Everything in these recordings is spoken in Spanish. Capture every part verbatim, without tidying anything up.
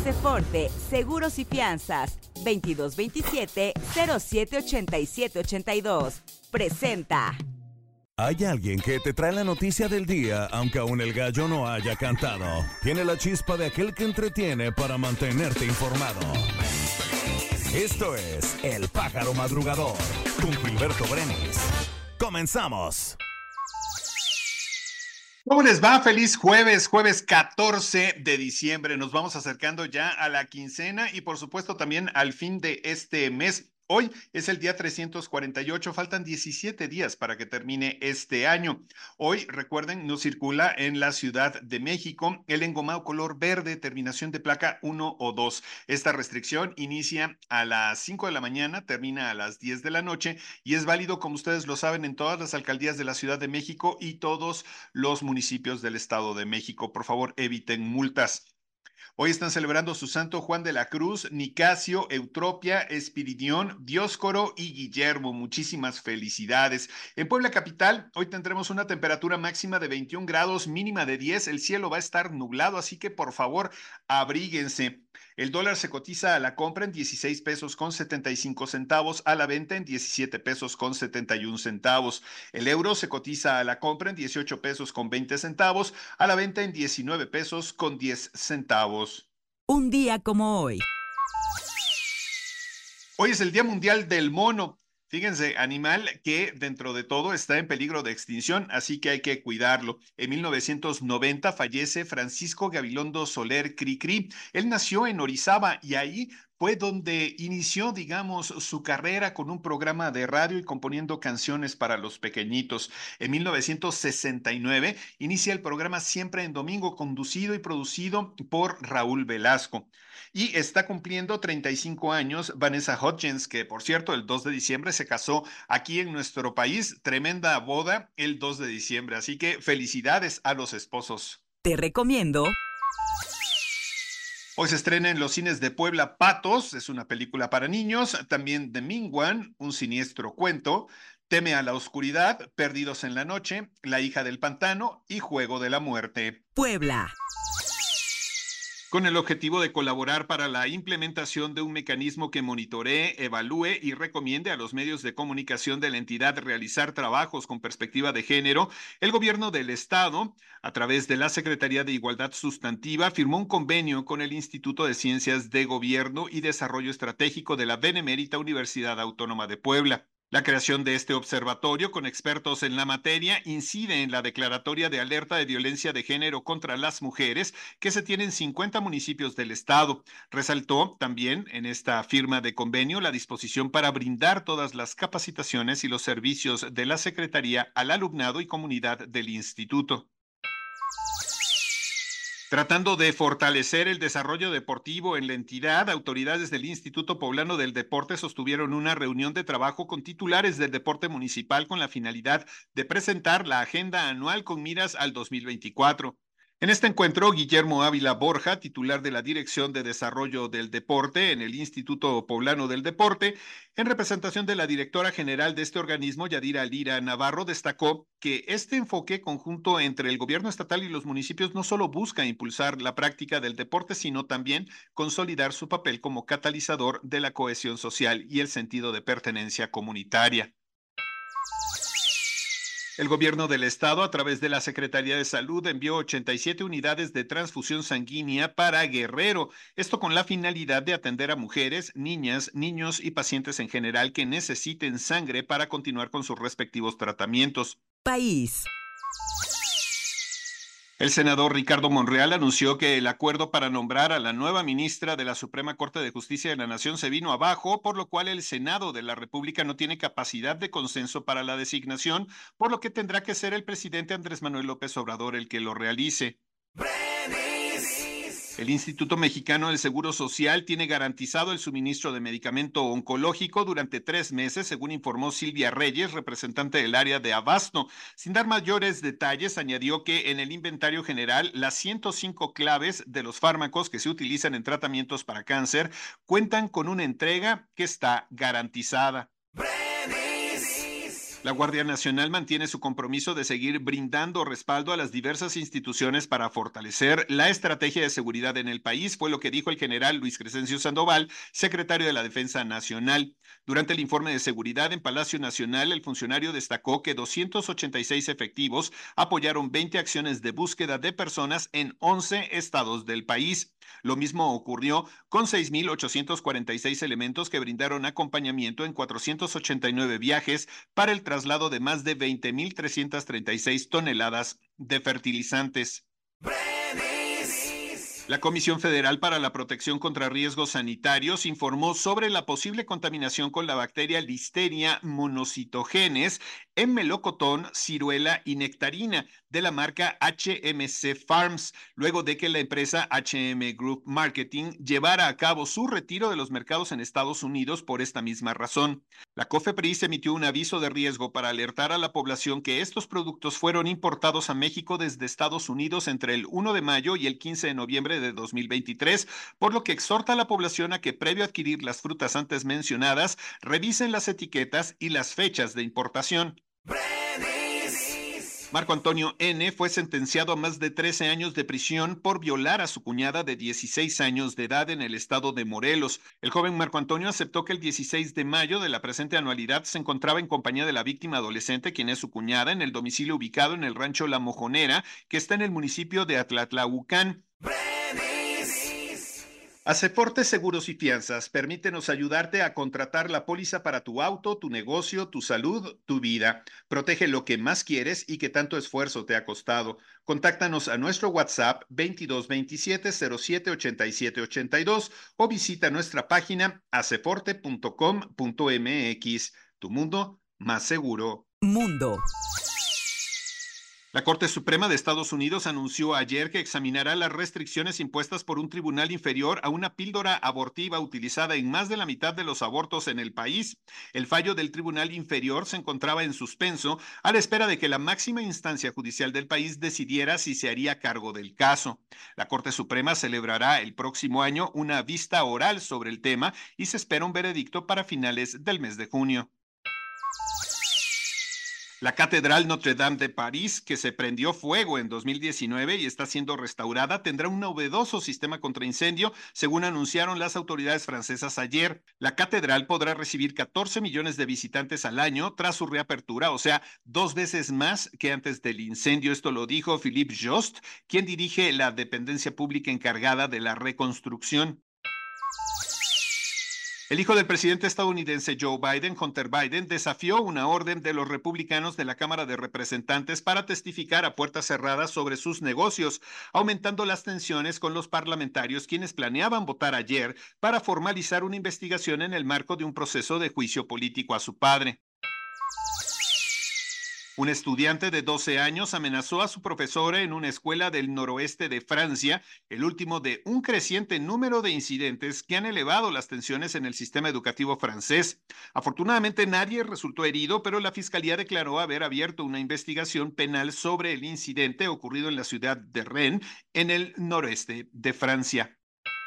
Paseforte, Seguros y Fianzas, veintidós veintisiete, cero siete ochenta y siete ochenta y dos. Presenta. Hay alguien que te trae la noticia del día, aunque aún el gallo no haya cantado. Tiene la chispa de aquel que entretiene para mantenerte informado. Esto es El Pájaro Madrugador, con Gilberto Brenis. ¡Comenzamos! ¿Cómo les va? Feliz jueves, jueves catorce de diciembre. Nos vamos acercando ya a la quincena y por supuesto también al fin de este mes. Hoy es el día trescientos cuarenta y ocho, faltan diecisiete días para que termine este año. Hoy, recuerden, no circula en la Ciudad de México el engomado color verde, terminación de placa uno o dos. Esta restricción inicia a las cinco de la mañana, termina a las diez de la noche y es válido, como ustedes lo saben, en todas las alcaldías de la Ciudad de México y todos los municipios del Estado de México. Por favor, eviten multas. Hoy están celebrando su santo Juan de la Cruz, Nicasio, Eutropia, Espiridión, Dioscoro y Guillermo. Muchísimas felicidades. En Puebla capital, hoy tendremos una temperatura máxima de veintiún grados, mínima de diez. El cielo va a estar nublado, así que por favor, abríguense. El dólar se cotiza a la compra en dieciséis pesos con setenta y cinco centavos, a la venta en diecisiete pesos con setenta y un centavos. El euro se cotiza a la compra en dieciocho pesos con veinte centavos, a la venta en diecinueve pesos con diez centavos. Un día como hoy. Hoy es el Día Mundial del Mono. Fíjense, animal que dentro de todo está en peligro de extinción, así que hay que cuidarlo. En mil novecientos noventa fallece Francisco Gabilondo Soler Cricri. Él nació en Orizaba y ahí fue donde inició, digamos, su carrera con un programa de radio y componiendo canciones para los pequeñitos. En mil novecientos sesenta y nueve inicia el programa Siempre en Domingo, conducido y producido por Raúl Velasco. Y está cumpliendo treinta y cinco años Vanessa Hudgens, que por cierto el dos de diciembre se casó aquí en nuestro país. Tremenda boda el dos de diciembre, así que felicidades a los esposos. Te recomiendo. Hoy se estrena en los cines de Puebla Patos, es una película para niños, también The Mingwan, un siniestro cuento, Teme a la oscuridad, Perdidos en la noche, La hija del pantano y Juego de la muerte. Puebla. Con el objetivo de colaborar para la implementación de un mecanismo que monitoree, evalúe y recomiende a los medios de comunicación de la entidad realizar trabajos con perspectiva de género, el gobierno del Estado, a través de la Secretaría de Igualdad Sustantiva, firmó un convenio con el Instituto de Ciencias de Gobierno y Desarrollo Estratégico de la Benemérita Universidad Autónoma de Puebla. La creación de este observatorio con expertos en la materia incide en la declaratoria de alerta de violencia de género contra las mujeres que se tiene en cincuenta municipios del estado. Resaltó también en esta firma de convenio la disposición para brindar todas las capacitaciones y los servicios de la Secretaría al alumnado y comunidad del instituto. Tratando de fortalecer el desarrollo deportivo en la entidad, autoridades del Instituto Poblano del Deporte sostuvieron una reunión de trabajo con titulares del deporte municipal con la finalidad de presentar la agenda anual con miras al dos mil veinticuatro. En este encuentro, Guillermo Ávila Borja, titular de la Dirección de Desarrollo del Deporte en el Instituto Poblano del Deporte, en representación de la directora general de este organismo, Yadira Lira Navarro, destacó que este enfoque conjunto entre el gobierno estatal y los municipios no solo busca impulsar la práctica del deporte, sino también consolidar su papel como catalizador de la cohesión social y el sentido de pertenencia comunitaria. El gobierno del estado, a través de la Secretaría de Salud, envió ochenta y siete unidades de transfusión sanguínea para Guerrero, esto con la finalidad de atender a mujeres, niñas, niños y pacientes en general que necesiten sangre para continuar con sus respectivos tratamientos. País. El senador Ricardo Monreal anunció que el acuerdo para nombrar a la nueva ministra de la Suprema Corte de Justicia de la Nación se vino abajo, por lo cual el Senado de la República no tiene capacidad de consenso para la designación, por lo que tendrá que ser el presidente Andrés Manuel López Obrador el que lo realice. El Instituto Mexicano del Seguro Social tiene garantizado el suministro de medicamento oncológico durante tres meses, según informó Silvia Reyes, representante del área de abasto. Sin dar mayores detalles, añadió que en el inventario general, las ciento cinco claves de los fármacos que se utilizan en tratamientos para cáncer cuentan con una entrega que está garantizada. La Guardia Nacional mantiene su compromiso de seguir brindando respaldo a las diversas instituciones para fortalecer la estrategia de seguridad en el país, fue lo que dijo el general Luis Crescencio Sandoval, secretario de la Defensa Nacional. Durante el informe de seguridad en Palacio Nacional, el funcionario destacó que doscientos ochenta y seis efectivos apoyaron veinte acciones de búsqueda de personas en once estados del país. Lo mismo ocurrió con seis mil ochocientos cuarenta y seis elementos que brindaron acompañamiento en cuatrocientos ochenta y nueve viajes para el traslado de más de veinte mil trescientas treinta y seis toneladas de fertilizantes. La Comisión Federal para la Protección contra Riesgos Sanitarios informó sobre la posible contaminación con la bacteria Listeria monocitogenes en melocotón, ciruela y nectarina de la marca H M C Farms, luego de que la empresa H M Group Marketing llevara a cabo su retiro de los mercados en Estados Unidos por esta misma razón. La COFEPRIS emitió un aviso de riesgo para alertar a la población que estos productos fueron importados a México desde Estados Unidos entre el primero de mayo y el quince de noviembre de dos mil veintitrés, por lo que exhorta a la población a que previo a adquirir las frutas antes mencionadas, revisen las etiquetas y las fechas de importación. Marco Antonio N. fue sentenciado a más de trece años de prisión por violar a su cuñada de dieciséis años de edad en el estado de Morelos. El joven Marco Antonio aceptó que el dieciséis de mayo de la presente anualidad se encontraba en compañía de la víctima adolescente, quien es su cuñada, en el domicilio ubicado en el rancho La Mojonera, que está en el municipio de Atlatlaucán. Aceforte Seguros y Fianzas, permítenos ayudarte a contratar la póliza para tu auto, tu negocio, tu salud, tu vida. Protege lo que más quieres y que tanto esfuerzo te ha costado. Contáctanos a nuestro WhatsApp veintidós veintisiete cero siete ochenta y siete ochenta y dos o visita nuestra página aceforte punto com punto mx. Tu mundo más seguro. Mundo. La Corte Suprema de Estados Unidos anunció ayer que examinará las restricciones impuestas por un tribunal inferior a una píldora abortiva utilizada en más de la mitad de los abortos en el país. El fallo del tribunal inferior se encontraba en suspenso a la espera de que la máxima instancia judicial del país decidiera si se haría cargo del caso. La Corte Suprema celebrará el próximo año una vista oral sobre el tema y se espera un veredicto para finales del mes de junio. La Catedral Notre Dame de París, que se prendió fuego en dos mil diecinueve y está siendo restaurada, tendrá un novedoso sistema contra incendio, según anunciaron las autoridades francesas ayer. La catedral podrá recibir catorce millones de visitantes al año tras su reapertura, o sea, dos veces más que antes del incendio. Esto lo dijo Philippe Jost, quien dirige la dependencia pública encargada de la reconstrucción. El hijo del presidente estadounidense Joe Biden, Hunter Biden, desafió una orden de los republicanos de la Cámara de Representantes para testificar a puertas cerradas sobre sus negocios, aumentando las tensiones con los parlamentarios, quienes planeaban votar ayer para formalizar una investigación en el marco de un proceso de juicio político a su padre. Un estudiante de doce años amenazó a su profesora en una escuela del noroeste de Francia, el último de un creciente número de incidentes que han elevado las tensiones en el sistema educativo francés. Afortunadamente nadie resultó herido, pero la fiscalía declaró haber abierto una investigación penal sobre el incidente ocurrido en la ciudad de Rennes, en el noroeste de Francia.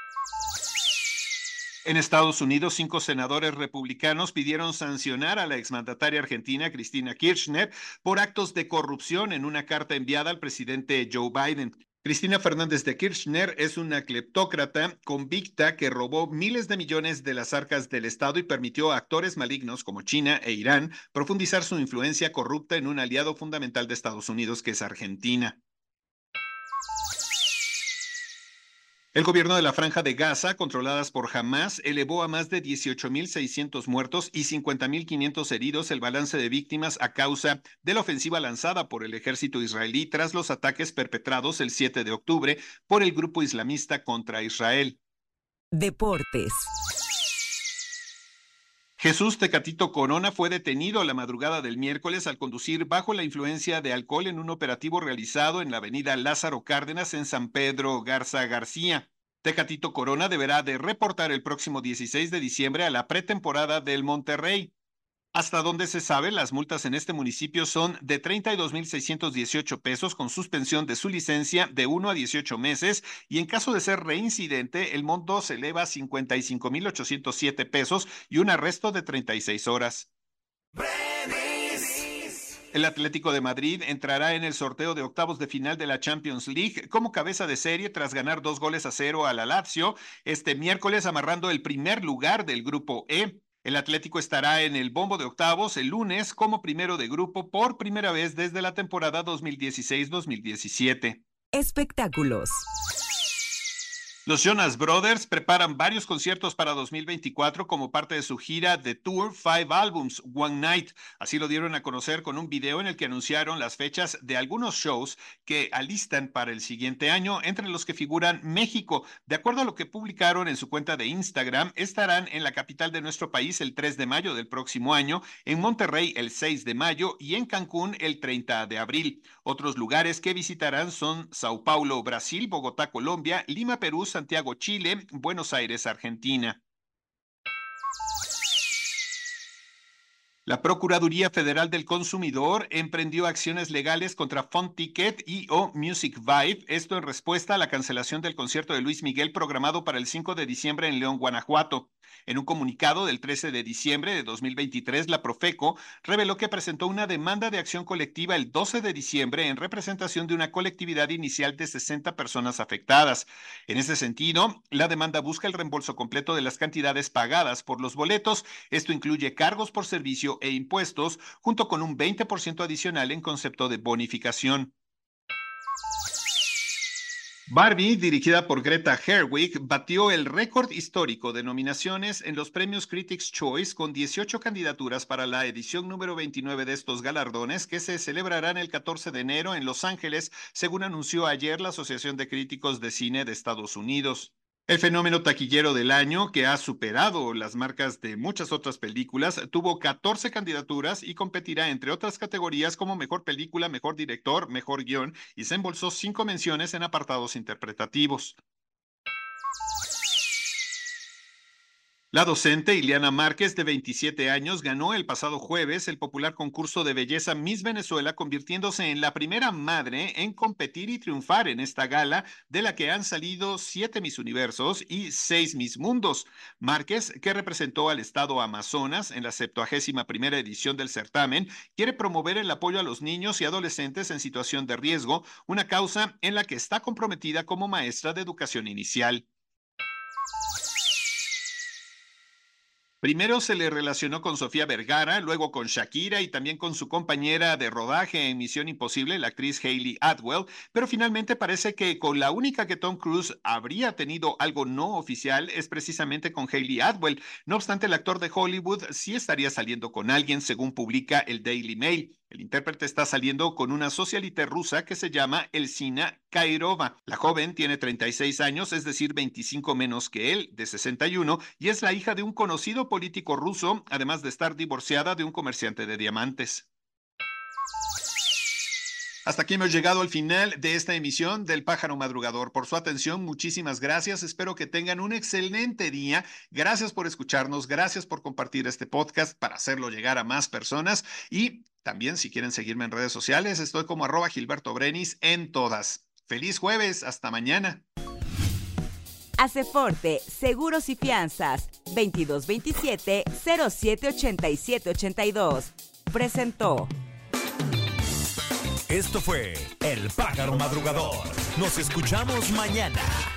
En Estados Unidos, cinco senadores republicanos pidieron sancionar a la exmandataria argentina Cristina Kirchner por actos de corrupción en una carta enviada al presidente Joe Biden. Cristina Fernández de Kirchner es una cleptócrata convicta que robó miles de millones de las arcas del Estado y permitió a actores malignos como China e Irán profundizar su influencia corrupta en un aliado fundamental de Estados Unidos, que es Argentina. El gobierno de la Franja de Gaza, controladas por Hamás, elevó a más de dieciocho mil seiscientos muertos y cincuenta mil quinientos heridos el balance de víctimas a causa de la ofensiva lanzada por el ejército israelí tras los ataques perpetrados el siete de octubre por el grupo islamista contra Israel. Deportes. Jesús Tecatito Corona fue detenido a la madrugada del miércoles al conducir bajo la influencia de alcohol en un operativo realizado en la avenida Lázaro Cárdenas en San Pedro Garza García. Tecatito Corona deberá de reportar el próximo dieciséis de diciembre a la pretemporada del Monterrey. Hasta donde se sabe, las multas en este municipio son de treinta y dos mil seiscientos dieciocho pesos con suspensión de su licencia de uno a dieciocho meses y en caso de ser reincidente, el monto se eleva a cincuenta y cinco mil ochocientos siete pesos y un arresto de treinta y seis horas. El Atlético de Madrid entrará en el sorteo de octavos de final de la Champions League como cabeza de serie tras ganar dos goles a cero a la Lazio este miércoles, amarrando el primer lugar del grupo E. El Atlético estará en el bombo de octavos el lunes como primero de grupo por primera vez desde la temporada dos mil dieciséis dos mil diecisiete. Espectáculos. Los Jonas Brothers preparan varios conciertos para dos mil veinticuatro como parte de su gira The Tour Five Albums One Night. Así lo dieron a conocer con un video en el que anunciaron las fechas de algunos shows que alistan para el siguiente año, entre los que figuran México. De acuerdo a lo que publicaron en su cuenta de Instagram, estarán en la capital de nuestro país el tres de mayo del próximo año, en Monterrey el seis de mayo y en Cancún el treinta de abril. Otros lugares que visitarán son Sao Paulo, Brasil, Bogotá, Colombia, Lima, Perú, Santiago, Chile, Buenos Aires, Argentina. La Procuraduría Federal del Consumidor emprendió acciones legales contra Fonticket y o Music Vibe, esto en respuesta a la cancelación del concierto de Luis Miguel programado para el cinco de diciembre en León, Guanajuato. En un comunicado del trece de diciembre de dos mil veintitrés, la Profeco reveló que presentó una demanda de acción colectiva el doce de diciembre en representación de una colectividad inicial de sesenta personas afectadas. En ese sentido, la demanda busca el reembolso completo de las cantidades pagadas por los boletos. Esto incluye cargos por servicio e impuestos, junto con un veinte por ciento adicional en concepto de bonificación. Barbie, dirigida por Greta Gerwig, batió el récord histórico de nominaciones en los premios Critics' Choice con dieciocho candidaturas para la edición número veintinueve de estos galardones que se celebrarán el catorce de enero en Los Ángeles, según anunció ayer la Asociación de Críticos de Cine de Estados Unidos. El fenómeno taquillero del año, que ha superado las marcas de muchas otras películas, tuvo catorce candidaturas y competirá entre otras categorías como Mejor Película, Mejor Director, Mejor Guión, y se embolsó cinco menciones en apartados interpretativos. La docente Ileana Márquez, de veintisiete años, ganó el pasado jueves el popular concurso de belleza Miss Venezuela, convirtiéndose en la primera madre en competir y triunfar en esta gala, de la que han salido siete Miss Universos y seis Miss Mundos. Márquez, que representó al estado Amazonas en la septuagésima primera edición del certamen, quiere promover el apoyo a los niños y adolescentes en situación de riesgo, una causa en la que está comprometida como maestra de educación inicial. Primero se le relacionó con Sofía Vergara, luego con Shakira y también con su compañera de rodaje en Misión Imposible, la actriz Hayley Atwell, pero finalmente parece que con la única que Tom Cruise habría tenido algo no oficial es precisamente con Hayley Atwell. No obstante, el actor de Hollywood sí estaría saliendo con alguien, según publica el Daily Mail. El intérprete está saliendo con una socialite rusa que se llama Elcina Kairova. La joven tiene treinta y seis años, es decir, veinticinco menos que él, de sesenta y uno, y es la hija de un conocido político ruso, además de estar divorciada de un comerciante de diamantes. Hasta aquí hemos llegado al final de esta emisión del Pájaro Madrugador. Por su atención, muchísimas gracias. Espero que tengan un excelente día. Gracias por escucharnos, gracias por compartir este podcast para hacerlo llegar a más personas. Y también, si quieren seguirme en redes sociales, estoy como arroba Gilberto Brenis en todas. ¡Feliz jueves! ¡Hasta mañana! Aceforte, Seguros y Fianzas, veintidós veintisiete, cero siete ochenta y siete ochenta y dos. Presentó. Esto fue El Pájaro Madrugador. Nos escuchamos mañana.